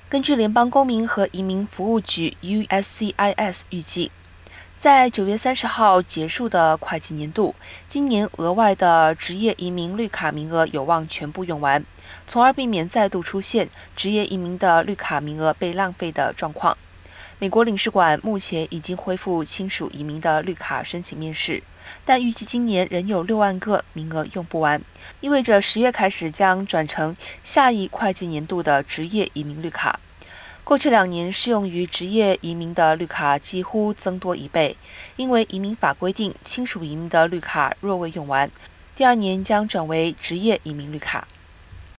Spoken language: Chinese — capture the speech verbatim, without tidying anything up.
根据联邦公民和移民服务局 U S C I S 预计，在九月三十号结束的会计年度，今年额外的职业移民绿卡名额有望全部用完，从而避免再度出现职业移民的绿卡名额被浪费的状况。美国领事馆目前已经恢复亲属移民的绿卡申请面试，但预计今年仍有六万个名额用不完，意味着十月开始将转成下一会计年度的职业移民绿卡。过去两年适用于职业移民的绿卡几乎增多一倍，因为移民法规定亲属移民的绿卡若未用完，第二年将转为职业移民绿卡。